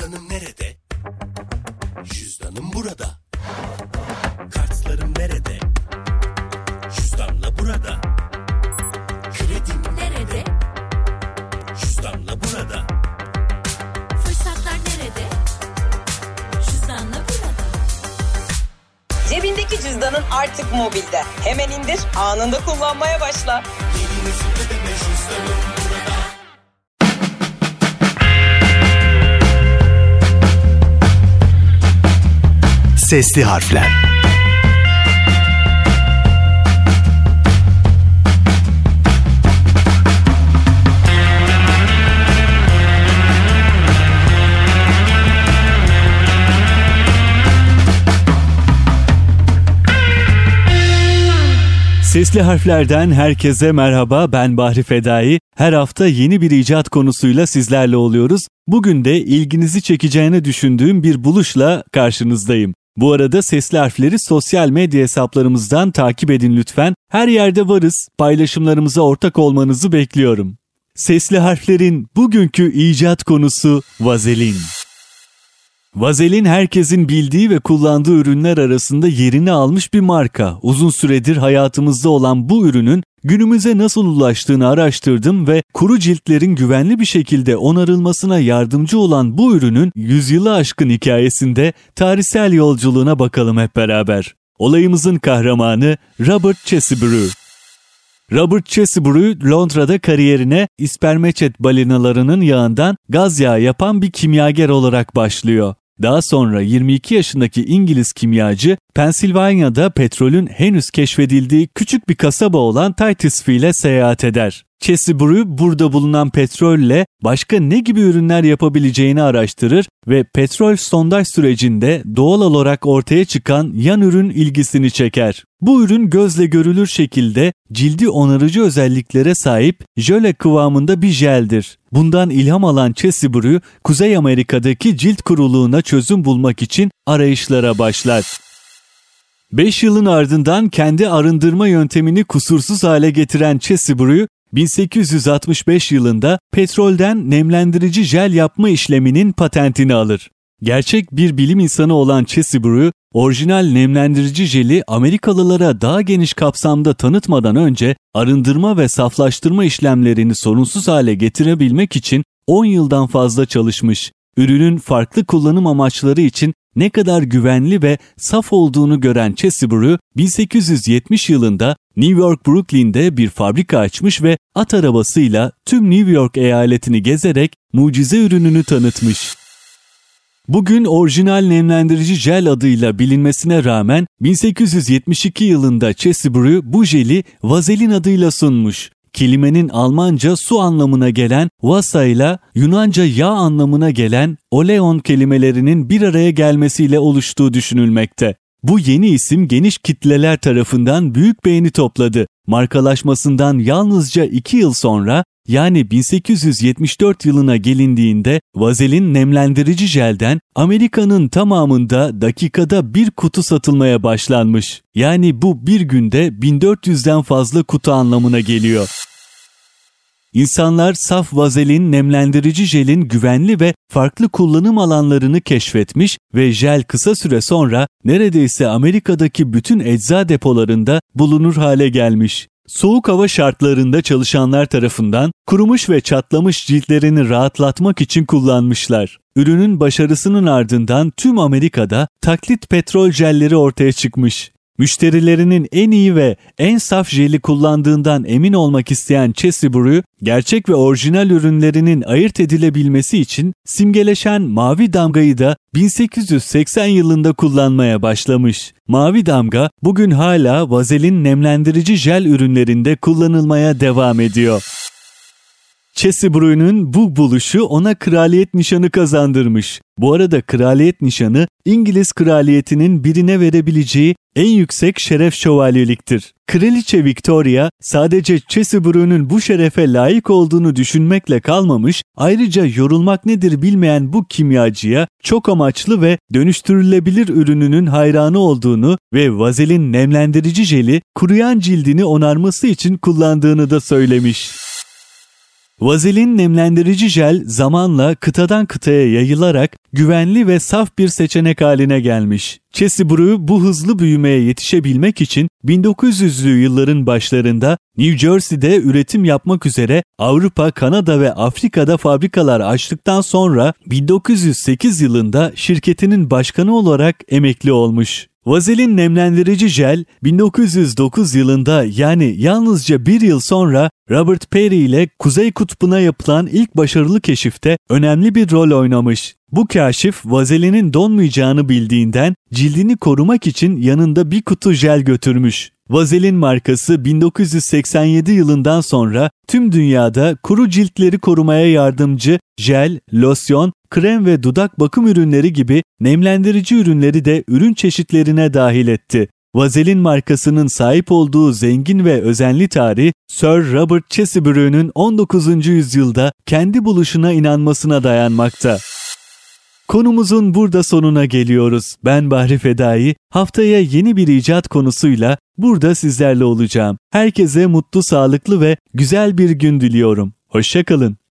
Cüzdanım nerede? Cüzdanım burada. Kartlarım nerede? Cüzdanla burada. Kredim nerede? Cüzdanla burada. Fırsatlar nerede? Cüzdanla burada. Cebindeki cüzdanın artık mobilde. Hemen indir, anında kullanmaya başla. Yeni nesil ödeme cüzdanım burada. Sesli harfler. Sesli harflerden herkese merhaba, ben Bahri Fedai. Her hafta yeni bir icat konusuyla sizlerle oluyoruz. Bugün de ilginizi çekeceğini düşündüğüm bir buluşla karşınızdayım. Bu arada sesli harfleri sosyal medya hesaplarımızdan takip edin lütfen. Her yerde varız, paylaşımlarımıza ortak olmanızı bekliyorum. Sesli harflerin bugünkü icat konusu vazelin. Vazelin herkesin bildiği ve kullandığı ürünler arasında yerini almış bir marka. Uzun süredir hayatımızda olan bu ürünün günümüze nasıl ulaştığını araştırdım ve kuru ciltlerin güvenli bir şekilde onarılmasına yardımcı olan bu ürünün yüzyılı aşkın hikayesinde tarihsel yolculuğuna bakalım hep beraber. Olayımızın kahramanı Robert Chesebrough. Robert Chesebrough, Londra'da kariyerine ispermeçet balinalarının yağından gaz yağı yapan bir kimyager olarak başlıyor. Daha sonra 22 yaşındaki İngiliz kimyacı, Pensilvanya'da petrolün henüz keşfedildiği küçük bir kasaba olan Titusville'e seyahat eder. Chesebrough burada bulunan petrolle başka ne gibi ürünler yapabileceğini araştırır ve petrol sondaj sürecinde doğal olarak ortaya çıkan yan ürün ilgisini çeker. Bu ürün gözle görülür şekilde cildi onarıcı özelliklere sahip jöle kıvamında bir jeldir. Bundan ilham alan Chesebrough, Kuzey Amerika'daki cilt kuruluğuna çözüm bulmak için arayışlara başlar. 5 yılın ardından kendi arındırma yöntemini kusursuz hale getiren Chesebrough, 1865 yılında petrolden nemlendirici jel yapma işleminin patentini alır. Gerçek bir bilim insanı olan Chesebrough, orijinal nemlendirici jeli Amerikalılara daha geniş kapsamda tanıtmadan önce arındırma ve saflaştırma işlemlerini sorunsuz hale getirebilmek için 10 yıldan fazla çalışmış. Ürünün farklı kullanım amaçları için ne kadar güvenli ve saf olduğunu gören Chesebrough, 1870 yılında New York Brooklyn'de bir fabrika açmış ve at arabasıyla tüm New York eyaletini gezerek mucize ürününü tanıtmış. Bugün orijinal nemlendirici jel adıyla bilinmesine rağmen 1872 yılında Chesebrough bu jeli vazelin adıyla sunmuş. Kelimenin Almanca su anlamına gelen Wasser ile Yunanca yağ anlamına gelen oleon kelimelerinin bir araya gelmesiyle oluştuğu düşünülmekte. Bu yeni isim geniş kitleler tarafından büyük beğeni topladı. Markalaşmasından yalnızca 2 yıl sonra, yani 1874 yılına gelindiğinde vazelin nemlendirici jelden Amerika'nın tamamında dakikada 1 kutu satılmaya başlanmış. Yani bu bir günde 1400'den fazla kutu anlamına geliyor. İnsanlar saf vazelin nemlendirici jelin güvenli ve farklı kullanım alanlarını keşfetmiş ve jel kısa süre sonra neredeyse Amerika'daki bütün ecza depolarında bulunur hale gelmiş. Soğuk hava şartlarında çalışanlar tarafından kurumuş ve çatlamış ciltlerini rahatlatmak için kullanmışlar. Ürünün başarısının ardından tüm Amerika'da taklit petrol jelleri ortaya çıkmış. Müşterilerinin en iyi ve en saf jeli kullandığından emin olmak isteyen Chesebrough, gerçek ve orijinal ürünlerinin ayırt edilebilmesi için simgeleşen mavi damgayı da 1880 yılında kullanmaya başlamış. Mavi damga bugün hala vazelin nemlendirici jel ürünlerinde kullanılmaya devam ediyor. Chesebrough'un bu buluşu ona kraliyet nişanı kazandırmış. Bu arada kraliyet nişanı İngiliz kraliyetinin birine verebileceği en yüksek şeref şövalyeliktir. Kraliçe Victoria sadece Chesebrough'un bu şerefe layık olduğunu düşünmekle kalmamış, ayrıca yorulmak nedir bilmeyen bu kimyacıya çok amaçlı ve dönüştürülebilir ürününün hayranı olduğunu ve vazelin nemlendirici jeli kuruyan cildini onarması için kullandığını da söylemiş. Vazelin nemlendirici jel zamanla kıtadan kıtaya yayılarak güvenli ve saf bir seçenek haline gelmiş. Chesebrough bu hızlı büyümeye yetişebilmek için 1900'lü yılların başlarında New Jersey'de üretim yapmak üzere Avrupa, Kanada ve Afrika'da fabrikalar açtıktan sonra 1908 yılında şirketinin başkanı olarak emekli olmuş. Vazelin nemlendirici jel 1909 yılında yani yalnızca bir yıl sonra Robert Peary ile Kuzey Kutbu'na yapılan ilk başarılı keşifte önemli bir rol oynamış. Bu kaşif vazelinin donmayacağını bildiğinden cildini korumak için yanında bir kutu jel götürmüş. Vazelin markası 1987 yılından sonra tüm dünyada kuru ciltleri korumaya yardımcı jel, losyon, krem ve dudak bakım ürünleri gibi nemlendirici ürünleri de ürün çeşitlerine dahil etti. Vazelin markasının sahip olduğu zengin ve özenli tarih, Sir Robert Chesebrough'un 19. yüzyılda kendi buluşuna inanmasına dayanmakta. Konumuzun burada sonuna geliyoruz. Ben Bahri Fedai. Haftaya yeni bir icat konusuyla burada sizlerle olacağım. Herkese mutlu, sağlıklı ve güzel bir gün diliyorum. Hoşça kalın.